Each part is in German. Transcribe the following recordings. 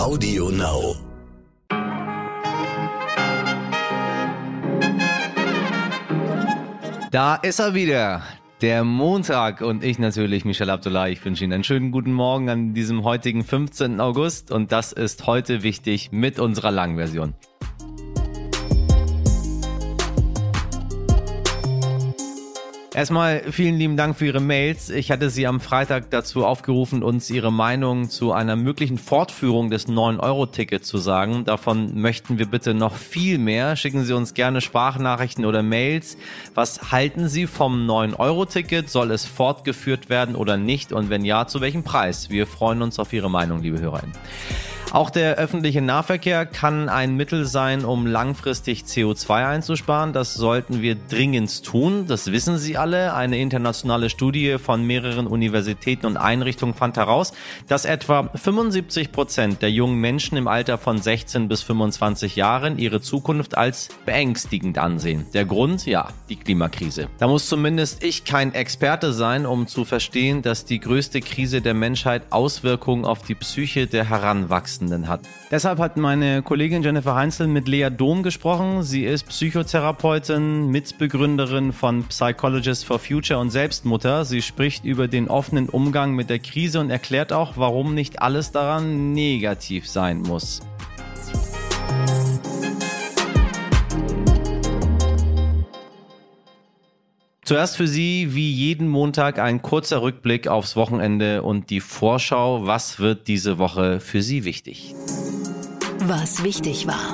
Audio Now. Da ist er wieder, der Montag, und ich natürlich, Michel Abdullahi. Ich wünsche Ihnen einen schönen guten Morgen an diesem heutigen 15. August und das ist heute wichtig mit unserer langen Version. Erstmal vielen lieben Dank für Ihre Mails. Ich hatte Sie am Freitag dazu aufgerufen, uns Ihre Meinung zu einer möglichen Fortführung des 9-Euro-Tickets zu sagen. Davon möchten wir bitte noch viel mehr. Schicken Sie uns gerne Sprachnachrichten oder Mails. Was halten Sie vom 9-Euro-Ticket? Soll es fortgeführt werden oder nicht? Und wenn ja, zu welchem Preis? Wir freuen uns auf Ihre Meinung, liebe HörerInnen. Auch der öffentliche Nahverkehr kann ein Mittel sein, um langfristig CO2 einzusparen. Das sollten wir dringend tun. Das wissen Sie alle. Eine internationale Studie von mehreren Universitäten und Einrichtungen fand heraus, dass etwa 75% der jungen Menschen im Alter von 16 bis 25 Jahren ihre Zukunft als beängstigend ansehen. Der Grund? Ja, die Klimakrise. Da muss zumindest ich kein Experte sein, um zu verstehen, dass die größte Krise der Menschheit Auswirkungen auf die Psyche der Heranwachsenden hat. Deshalb hat meine Kollegin Jennifer Heinzel mit Lea Dom gesprochen. Sie ist Psychotherapeutin, Mitbegründerin von Psychologists for Future und Selbstmutter. Sie spricht über den offenen Umgang mit der Krise und erklärt auch, warum nicht alles daran negativ sein muss. Zuerst für Sie, wie jeden Montag, ein kurzer Rückblick aufs Wochenende und die Vorschau. Was wird diese Woche für Sie wichtig? Was wichtig war.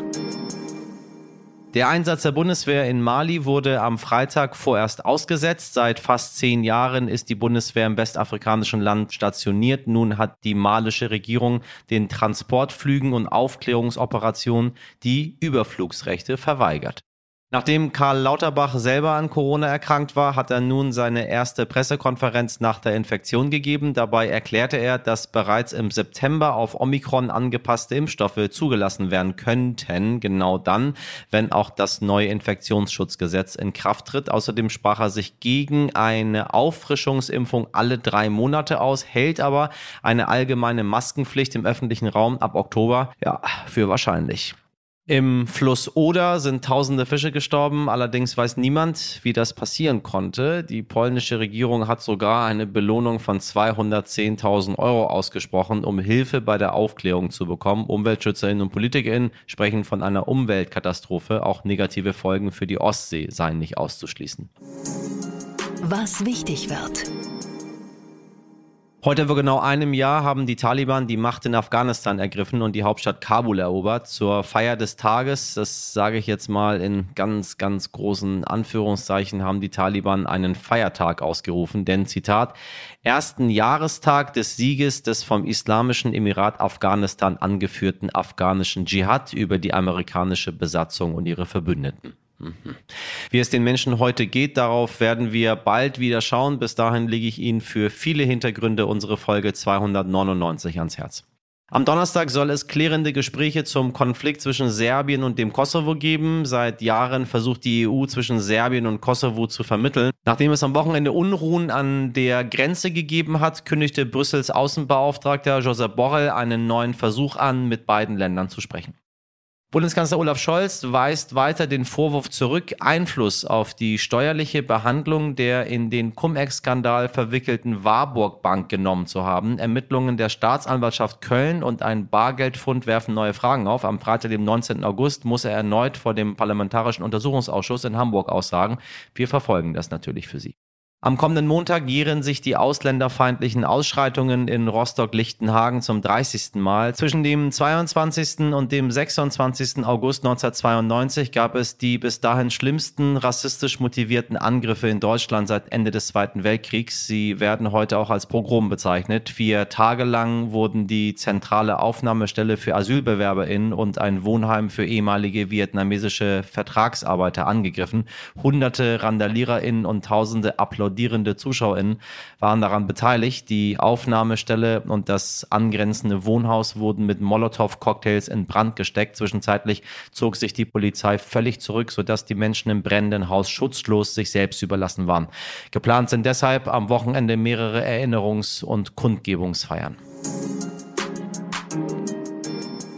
Der Einsatz der Bundeswehr in Mali wurde am Freitag vorerst ausgesetzt. Seit fast 10 Jahren ist die Bundeswehr im westafrikanischen Land stationiert. Nun hat die malische Regierung den Transportflügen und Aufklärungsoperationen die Überflugsrechte verweigert. Nachdem Karl Lauterbach selber an Corona erkrankt war, hat er nun seine erste Pressekonferenz nach der Infektion gegeben. Dabei erklärte er, dass bereits im September auf Omikron angepasste Impfstoffe zugelassen werden könnten, genau dann, wenn auch das neue Infektionsschutzgesetz in Kraft tritt. Außerdem sprach er sich gegen eine Auffrischungsimpfung alle 3 Monate aus, hält aber eine allgemeine Maskenpflicht im öffentlichen Raum ab Oktober für wahrscheinlich. Im Fluss Oder sind tausende Fische gestorben, allerdings weiß niemand, wie das passieren konnte. Die polnische Regierung hat sogar eine Belohnung von 210.000 Euro ausgesprochen, um Hilfe bei der Aufklärung zu bekommen. UmweltschützerInnen und PolitikerInnen sprechen von einer Umweltkatastrophe. Auch negative Folgen für die Ostsee seien nicht auszuschließen. Was wichtig wird. Heute vor genau einem Jahr haben die Taliban die Macht in Afghanistan ergriffen und die Hauptstadt Kabul erobert. Zur Feier des Tages, das sage ich jetzt mal in ganz, ganz großen Anführungszeichen, haben die Taliban einen Feiertag ausgerufen, denn Zitat, ersten Jahrestag des Sieges des vom Islamischen Emirat Afghanistan angeführten afghanischen Dschihad über die amerikanische Besatzung und ihre Verbündeten. Wie es den Menschen heute geht, darauf werden wir bald wieder schauen. Bis dahin lege ich Ihnen für viele Hintergründe unsere Folge 299 ans Herz. Am Donnerstag soll es klärende Gespräche zum Konflikt zwischen Serbien und dem Kosovo geben. Seit Jahren versucht die EU zwischen Serbien und Kosovo zu vermitteln. Nachdem es am Wochenende Unruhen an der Grenze gegeben hat, kündigte Brüssels Außenbeauftragter Josep Borrell einen neuen Versuch an, mit beiden Ländern zu sprechen. Bundeskanzler Olaf Scholz weist weiter den Vorwurf zurück, Einfluss auf die steuerliche Behandlung der in den Cum-Ex-Skandal verwickelten Warburg Bank genommen zu haben. Ermittlungen der Staatsanwaltschaft Köln und ein Bargeldfund werfen neue Fragen auf. Am Freitag, dem 19. August, muss er erneut vor dem Parlamentarischen Untersuchungsausschuss in Hamburg aussagen. Wir verfolgen das natürlich für Sie. Am kommenden Montag jähren sich die ausländerfeindlichen Ausschreitungen in Rostock-Lichtenhagen zum 30. Mal. Zwischen dem 22. und dem 26. August 1992 gab es die bis dahin schlimmsten rassistisch motivierten Angriffe in Deutschland seit Ende des Zweiten Weltkriegs. Sie werden heute auch als Pogrom bezeichnet. 4 Tage lang wurden die zentrale Aufnahmestelle für AsylbewerberInnen und ein Wohnheim für ehemalige vietnamesische Vertragsarbeiter angegriffen. Hunderte RandaliererInnen und tausende applaudierende ZuschauerInnen waren daran beteiligt. Die Aufnahmestelle und das angrenzende Wohnhaus wurden mit Molotow-Cocktails in Brand gesteckt. Zwischenzeitlich zog sich die Polizei völlig zurück, sodass die Menschen im brennenden Haus schutzlos sich selbst überlassen waren. Geplant sind deshalb am Wochenende mehrere Erinnerungs- und Kundgebungsfeiern.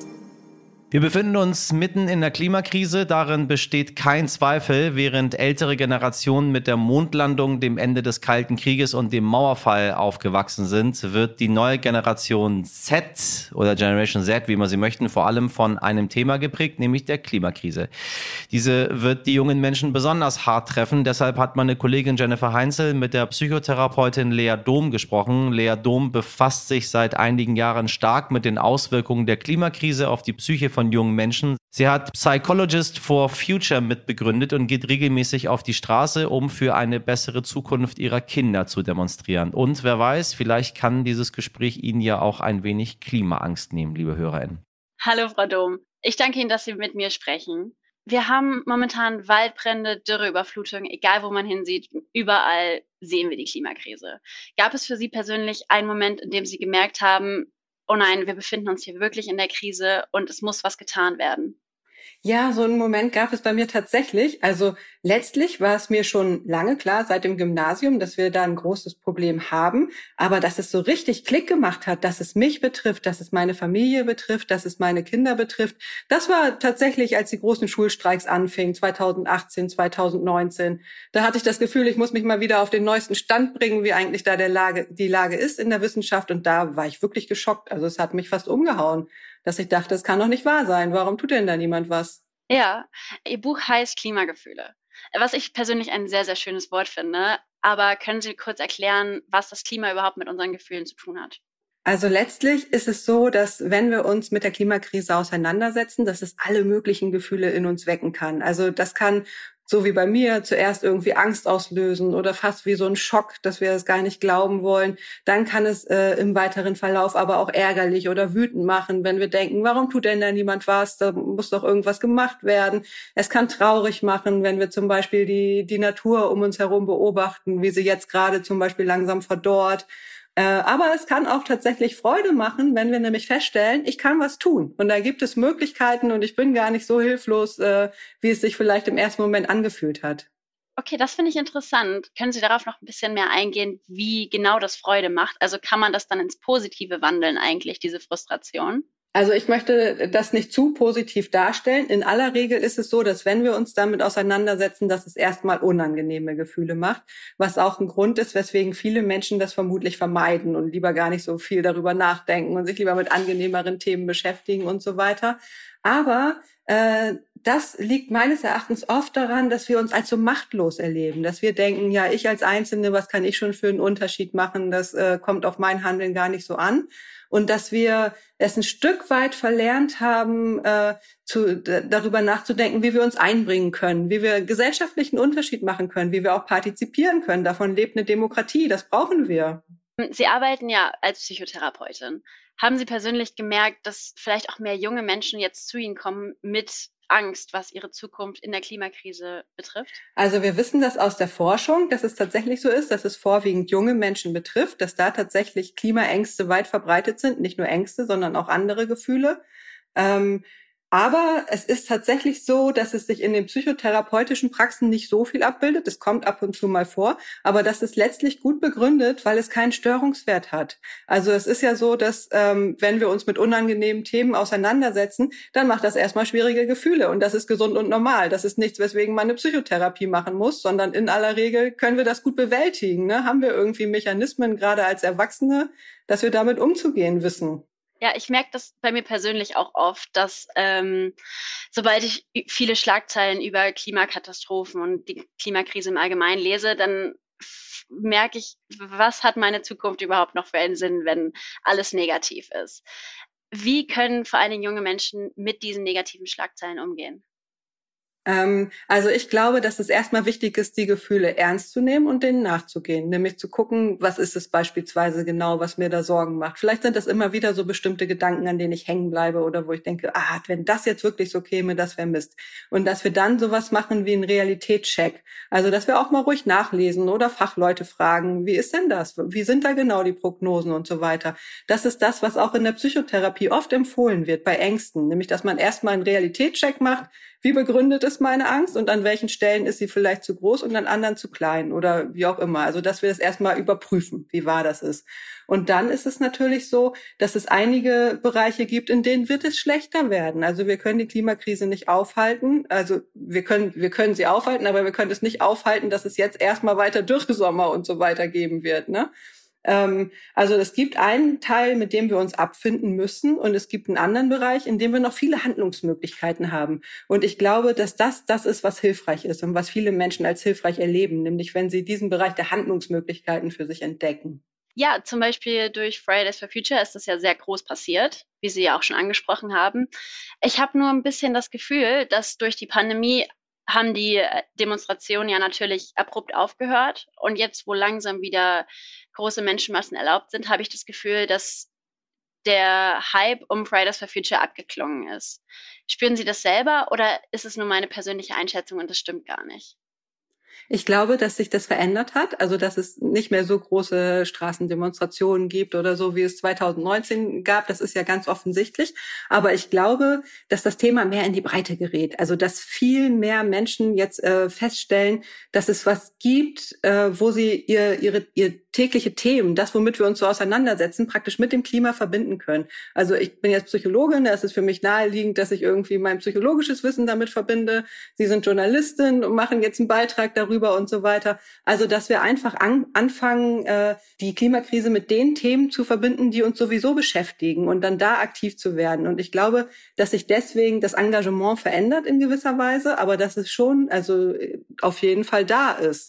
Wir befinden uns mitten in der Klimakrise, darin besteht kein Zweifel. Während ältere Generationen mit der Mondlandung, dem Ende des Kalten Krieges und dem Mauerfall aufgewachsen sind, wird die neue Generation Z oder Generation Z, wie man sie möchten, vor allem von einem Thema geprägt, nämlich der Klimakrise. Diese wird die jungen Menschen besonders hart treffen. Deshalb hat meine Kollegin Jennifer Heinzel mit der Psychotherapeutin Lea Dom gesprochen. Lea Dom befasst sich seit einigen Jahren stark mit den Auswirkungen der Klimakrise auf die Psyche von jungen Menschen. Sie hat Psychologist for Future mitbegründet und geht regelmäßig auf die Straße, um für eine bessere Zukunft ihrer Kinder zu demonstrieren. Und wer weiß, vielleicht kann dieses Gespräch Ihnen ja auch ein wenig Klimaangst nehmen, liebe HörerInnen. Hallo Frau Dom, ich danke Ihnen, dass Sie mit mir sprechen. Wir haben momentan Waldbrände, Dürreüberflutungen, egal wo man hinsieht, überall sehen wir die Klimakrise. Gab es für Sie persönlich einen Moment, in dem Sie gemerkt haben, oh nein, wir befinden uns hier wirklich in der Krise und es muss was getan werden? Ja, so einen Moment gab es bei mir tatsächlich. Also letztlich war es mir schon lange klar seit dem Gymnasium, dass wir da ein großes Problem haben. Aber dass es so richtig Klick gemacht hat, dass es mich betrifft, dass es meine Familie betrifft, dass es meine Kinder betrifft, das war tatsächlich, als die großen Schulstreiks anfingen, 2018, 2019. Da hatte ich das Gefühl, ich muss mich mal wieder auf den neuesten Stand bringen, wie eigentlich da die Lage ist in der Wissenschaft. Und da war ich wirklich geschockt. Also es hat mich fast umgehauen, dass ich dachte, es kann doch nicht wahr sein. Warum tut denn da niemand was? Ja, Ihr Buch heißt Klimagefühle, was ich persönlich ein sehr, sehr schönes Wort finde. Aber können Sie kurz erklären, was das Klima überhaupt mit unseren Gefühlen zu tun hat? Also letztlich ist es so, dass wenn wir uns mit der Klimakrise auseinandersetzen, dass es alle möglichen Gefühle in uns wecken kann. Also das kann, so wie bei mir, zuerst irgendwie Angst auslösen oder fast wie so ein Schock, dass wir es gar nicht glauben wollen. Dann kann es im weiteren Verlauf aber auch ärgerlich oder wütend machen, wenn wir denken, warum tut denn da niemand was? Da muss doch irgendwas gemacht werden. Es kann traurig machen, wenn wir zum Beispiel die Natur um uns herum beobachten, wie sie jetzt gerade zum Beispiel langsam verdorrt. Aber es kann auch tatsächlich Freude machen, wenn wir nämlich feststellen, ich kann was tun. Und da gibt es Möglichkeiten und ich bin gar nicht so hilflos, wie es sich vielleicht im ersten Moment angefühlt hat. Okay, das finde ich interessant. Können Sie darauf noch ein bisschen mehr eingehen, wie genau das Freude macht? Also kann man das dann ins Positive wandeln eigentlich, diese Frustration? Also ich möchte das nicht zu positiv darstellen. In aller Regel ist es so, dass wenn wir uns damit auseinandersetzen, dass es erstmal unangenehme Gefühle macht, was auch ein Grund ist, weswegen viele Menschen das vermutlich vermeiden und lieber gar nicht so viel darüber nachdenken und sich lieber mit angenehmeren Themen beschäftigen und so weiter. Aber das liegt meines Erachtens oft daran, dass wir uns als so machtlos erleben, dass wir denken, ja, ich als Einzelne, was kann ich schon für einen Unterschied machen? Das kommt auf mein Handeln gar nicht so an. Und dass wir es ein Stück weit verlernt haben, darüber nachzudenken, wie wir uns einbringen können, wie wir gesellschaftlichen Unterschied machen können, wie wir auch partizipieren können. Davon lebt eine Demokratie, das brauchen wir. Sie arbeiten ja als Psychotherapeutin. Haben Sie persönlich gemerkt, dass vielleicht auch mehr junge Menschen jetzt zu Ihnen kommen mit Angst, was ihre Zukunft in der Klimakrise betrifft? Also wir wissen das aus der Forschung, dass es tatsächlich so ist, dass es vorwiegend junge Menschen betrifft, dass da tatsächlich Klimaängste weit verbreitet sind, nicht nur Ängste, sondern auch andere Gefühle. Aber es ist tatsächlich so, dass es sich in den psychotherapeutischen Praxen nicht so viel abbildet. Es kommt ab und zu mal vor, aber das ist letztlich gut begründet, weil es keinen Störungswert hat. Also es ist ja so, dass wenn wir uns mit unangenehmen Themen auseinandersetzen, dann macht das erstmal schwierige Gefühle und das ist gesund und normal. Das ist nichts, weswegen man eine Psychotherapie machen muss, sondern in aller Regel können wir das gut bewältigen. Ne? Haben wir irgendwie Mechanismen, gerade als Erwachsene, dass wir damit umzugehen wissen. Ja, ich merke das bei mir persönlich auch oft, dass sobald ich viele Schlagzeilen über Klimakatastrophen und die Klimakrise im Allgemeinen lese, dann merke ich, was hat meine Zukunft überhaupt noch für einen Sinn, wenn alles negativ ist? Wie können vor allen Dingen junge Menschen mit diesen negativen Schlagzeilen umgehen? Also ich glaube, dass es erstmal wichtig ist, die Gefühle ernst zu nehmen und denen nachzugehen, nämlich zu gucken, was ist es beispielsweise genau, was mir da Sorgen macht. Vielleicht sind das immer wieder so bestimmte Gedanken, an denen ich hängen bleibe oder wo ich denke, wenn das jetzt wirklich so käme, das wäre Mist. Und dass wir dann sowas machen wie einen Realitätscheck. Also dass wir auch mal ruhig nachlesen oder Fachleute fragen, wie ist denn das? Wie sind da genau die Prognosen und so weiter? Das ist das, was auch in der Psychotherapie oft empfohlen wird bei Ängsten, nämlich dass man erstmal einen Realitätscheck macht. wie begründet ist meine Angst und an welchen Stellen ist sie vielleicht zu groß und an anderen zu klein oder wie auch immer. Also dass wir das erstmal überprüfen, wie wahr das ist. Und dann ist es natürlich so, dass es einige Bereiche gibt, in denen wird es schlechter werden. Also wir können die Klimakrise nicht aufhalten. Also wir können sie aufhalten, aber wir können es nicht aufhalten, dass es jetzt erstmal weiter Dürresommer und so weiter geben wird, ne? Also es gibt einen Teil, mit dem wir uns abfinden müssen und es gibt einen anderen Bereich, in dem wir noch viele Handlungsmöglichkeiten haben. Und ich glaube, dass das ist, was hilfreich ist und was viele Menschen als hilfreich erleben, nämlich wenn sie diesen Bereich der Handlungsmöglichkeiten für sich entdecken. Ja, zum Beispiel durch Fridays for Future ist das ja sehr groß passiert, wie Sie ja auch schon angesprochen haben. Ich habe nur ein bisschen das Gefühl, dass durch die Pandemie haben die Demonstrationen ja natürlich abrupt aufgehört. Und jetzt, wo langsam wieder große Menschenmassen erlaubt sind, habe ich das Gefühl, dass der Hype um Fridays for Future abgeklungen ist. Spüren Sie das selber oder ist es nur meine persönliche Einschätzung und das stimmt gar nicht? Ich glaube, dass sich das verändert hat, also dass es nicht mehr so große Straßendemonstrationen gibt oder so, wie es 2019 gab. Das ist ja ganz offensichtlich. Aber ich glaube, dass das Thema mehr in die Breite gerät. Also dass viel mehr Menschen jetzt feststellen, dass es was gibt, wo sie ihr tägliche Themen, das, womit wir uns so auseinandersetzen, praktisch mit dem Klima verbinden können. Also ich bin jetzt Psychologin, das ist für mich naheliegend, dass ich irgendwie mein psychologisches Wissen damit verbinde. Sie sind Journalistin und machen jetzt einen Beitrag darüber und so weiter. Also dass wir einfach anfangen, die Klimakrise mit den Themen zu verbinden, die uns sowieso beschäftigen und dann da aktiv zu werden. Und ich glaube, dass sich deswegen das Engagement verändert in gewisser Weise, aber dass es schon also auf jeden Fall da ist.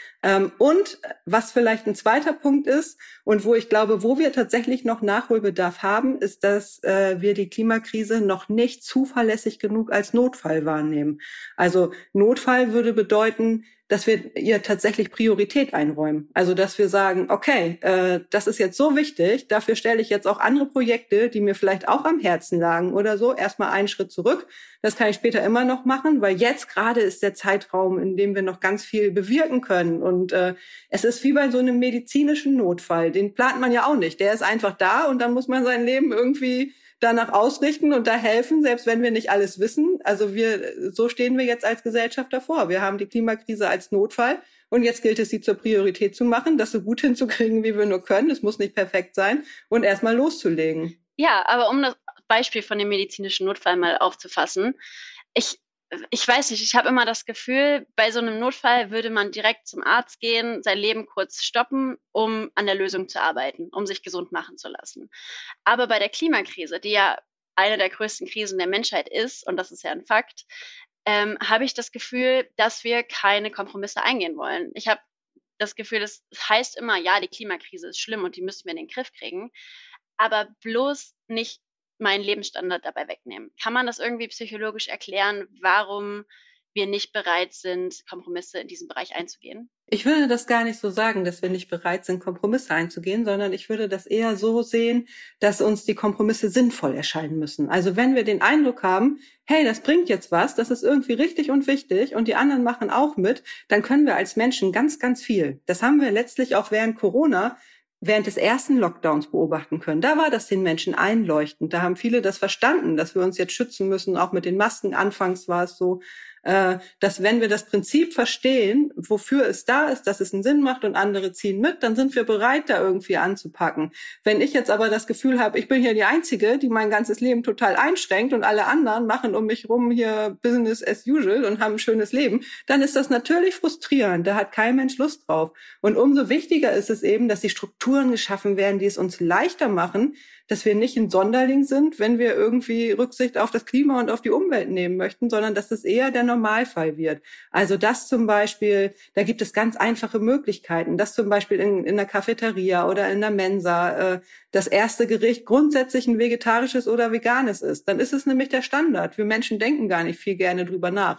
Und was vielleicht ein zweiter Punkt ist und wo ich glaube, wo wir tatsächlich noch Nachholbedarf haben, ist, dass wir die Klimakrise noch nicht zuverlässig genug als Notfall wahrnehmen. Also Notfall würde bedeuten, dass wir ihr tatsächlich Priorität einräumen. Also dass wir sagen, okay, das ist jetzt so wichtig, dafür stelle ich jetzt auch andere Projekte, die mir vielleicht auch am Herzen lagen oder so, erstmal einen Schritt zurück. Das kann ich später immer noch machen, weil jetzt gerade ist der Zeitraum, in dem wir noch ganz viel bewirken können. Und es ist wie bei so einem medizinischen Notfall. Den plant man ja auch nicht. Der ist einfach da und dann muss man sein Leben irgendwie danach ausrichten und da helfen, selbst wenn wir nicht alles wissen. Also so stehen wir jetzt als Gesellschaft davor. Wir haben die Klimakrise als Notfall und jetzt gilt es, sie zur Priorität zu machen, das so gut hinzukriegen, wie wir nur können. Es muss nicht perfekt sein und erstmal loszulegen. Ja, aber um das Beispiel von dem medizinischen Notfall mal aufzufassen, ich weiß nicht, ich habe immer das Gefühl, bei so einem Notfall würde man direkt zum Arzt gehen, sein Leben kurz stoppen, um an der Lösung zu arbeiten, um sich gesund machen zu lassen. Aber bei der Klimakrise, die ja eine der größten Krisen der Menschheit ist, und das ist ja ein Fakt, habe ich das Gefühl, dass wir keine Kompromisse eingehen wollen. Ich habe das Gefühl, das heißt immer, ja, die Klimakrise ist schlimm und die müssen wir in den Griff kriegen, aber bloß nicht meinen Lebensstandard dabei wegnehmen. Kann man das irgendwie psychologisch erklären, warum wir nicht bereit sind, Kompromisse in diesem Bereich einzugehen? Ich würde das gar nicht so sagen, dass wir nicht bereit sind, Kompromisse einzugehen, sondern ich würde das eher so sehen, dass uns die Kompromisse sinnvoll erscheinen müssen. Also wenn wir den Eindruck haben, hey, das bringt jetzt was, das ist irgendwie richtig und wichtig und die anderen machen auch mit, dann können wir als Menschen ganz, ganz viel. Das haben wir letztlich auch während Corona während des ersten Lockdowns beobachten können. Da war das den Menschen einleuchtend. Da haben viele das verstanden, dass wir uns jetzt schützen müssen. Auch mit den Masken. Anfangs war es so, dass wenn wir das Prinzip verstehen, wofür es da ist, dass es einen Sinn macht und andere ziehen mit, dann sind wir bereit, da irgendwie anzupacken. Wenn ich jetzt aber das Gefühl habe, ich bin hier die Einzige, die mein ganzes Leben total einschränkt und alle anderen machen um mich rum hier Business as usual und haben ein schönes Leben, dann ist das natürlich frustrierend. Da hat kein Mensch Lust drauf. Und umso wichtiger ist es eben, dass die Strukturen geschaffen werden, die es uns leichter machen, dass wir nicht ein Sonderling sind, wenn wir irgendwie Rücksicht auf das Klima und auf die Umwelt nehmen möchten, sondern dass es eher der Normalfall wird. Also das zum Beispiel, da gibt es ganz einfache Möglichkeiten, dass zum Beispiel in der Cafeteria oder in der Mensa das erste Gericht grundsätzlich ein vegetarisches oder veganes ist. Dann ist es nämlich der Standard. Wir Menschen denken gar nicht viel gerne drüber nach.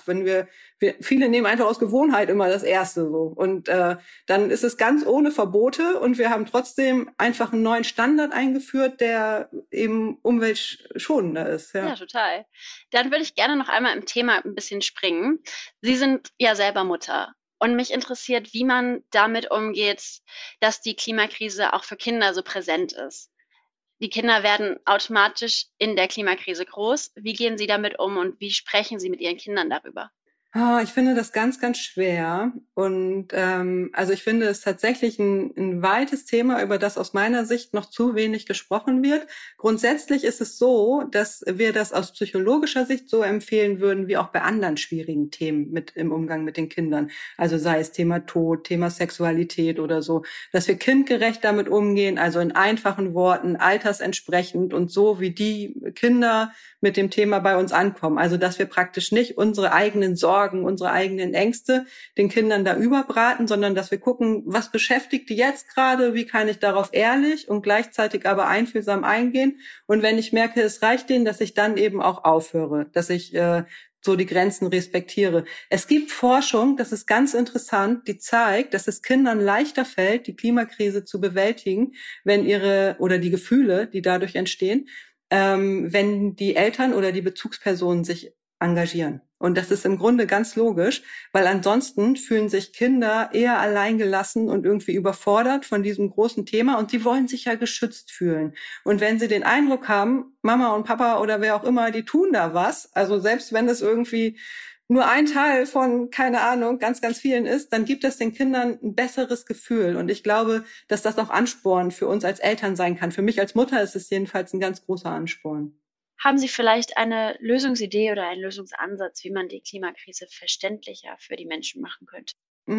Viele nehmen einfach aus Gewohnheit immer das Erste so. Und dann ist es ganz ohne Verbote und wir haben trotzdem einfach einen neuen Standard eingeführt, der eben umweltschonender ist. Ja, total. Dann würde ich gerne noch einmal im Thema ein bisschen springen. Sie sind ja selber Mutter. Und mich interessiert, wie man damit umgeht, dass die Klimakrise auch für Kinder so präsent ist. Die Kinder werden automatisch in der Klimakrise groß. Wie gehen Sie damit um und wie sprechen Sie mit Ihren Kindern darüber? Ich finde das ganz, ganz schwer. Und also ich finde es tatsächlich ein weites Thema, über das aus meiner Sicht noch zu wenig gesprochen wird. Grundsätzlich ist es so, dass wir das aus psychologischer Sicht so empfehlen würden, wie auch bei anderen schwierigen Themen im Umgang mit den Kindern. Also sei es Thema Tod, Thema Sexualität oder so, dass wir kindgerecht damit umgehen, also in einfachen Worten, altersentsprechend und so, wie die Kinder mit dem Thema bei uns ankommen. Also dass wir praktisch nicht unsere eigenen Sorgen, unsere eigenen Ängste den Kindern da überbraten, sondern dass wir gucken, was beschäftigt die jetzt gerade, wie kann ich darauf ehrlich und gleichzeitig aber einfühlsam eingehen. Und wenn ich merke, es reicht denen, dass ich dann eben auch aufhöre, dass ich so die Grenzen respektiere. Es gibt Forschung, das ist ganz interessant, die zeigt, dass es Kindern leichter fällt, die Klimakrise zu bewältigen, wenn die Gefühle, die dadurch entstehen, wenn die Eltern oder die Bezugspersonen sich engagieren. Und das ist im Grunde ganz logisch, weil ansonsten fühlen sich Kinder eher alleingelassen und irgendwie überfordert von diesem großen Thema und sie wollen sich ja geschützt fühlen. Und wenn sie den Eindruck haben, Mama und Papa oder wer auch immer, die tun da was, also selbst wenn es irgendwie nur ein Teil von, keine Ahnung, ganz, ganz vielen ist, dann gibt es den Kindern ein besseres Gefühl. Und ich glaube, dass das auch Ansporn für uns als Eltern sein kann. Für mich als Mutter ist es jedenfalls ein ganz großer Ansporn. Haben Sie vielleicht eine Lösungsidee oder einen Lösungsansatz, wie man die Klimakrise verständlicher für die Menschen machen könnte?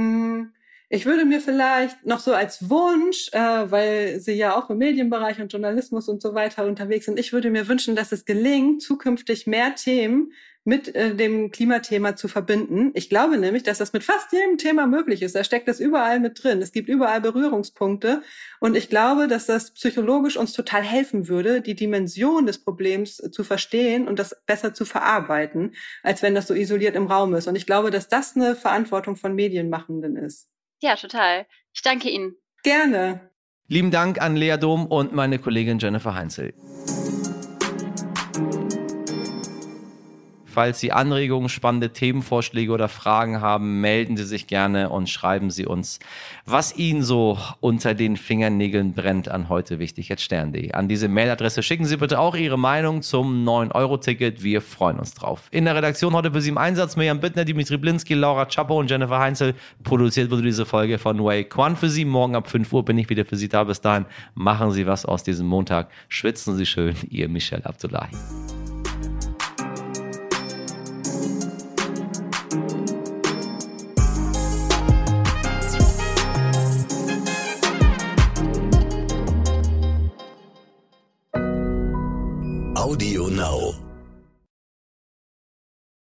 Ich würde mir vielleicht noch so als Wunsch, weil Sie ja auch im Medienbereich und Journalismus und so weiter unterwegs sind, ich würde mir wünschen, dass es gelingt, zukünftig mehr Themen mit dem Klimathema zu verbinden. Ich glaube nämlich, dass das mit fast jedem Thema möglich ist. Da steckt das überall mit drin. Es gibt überall Berührungspunkte. Und ich glaube, dass das psychologisch uns total helfen würde, die Dimension des Problems zu verstehen und das besser zu verarbeiten, als wenn das so isoliert im Raum ist. Und ich glaube, dass das eine Verantwortung von Medienmachenden ist. Ja, total. Ich danke Ihnen. Gerne. Lieben Dank an Lea Dom und meine Kollegin Jennifer Heinzel. Falls Sie Anregungen, spannende Themenvorschläge oder Fragen haben, melden Sie sich gerne und schreiben Sie uns, was Ihnen so unter den Fingernägeln brennt an heute-wichtig@stern.de. An diese Mailadresse schicken Sie bitte auch Ihre Meinung zum 9-Euro-Ticket. Wir freuen uns drauf. In der Redaktion heute für Sie im Einsatz Mirjam Bittner, Dimitri Blinski, Laura Czapo und Jennifer Heinzel. Produziert wurde diese Folge von Wei Quan für Sie. Morgen ab 5 Uhr bin ich wieder für Sie da. Bis dahin machen Sie was aus diesem Montag. Schwitzen Sie schön. Ihr Michel Abdullahi. Audio Now.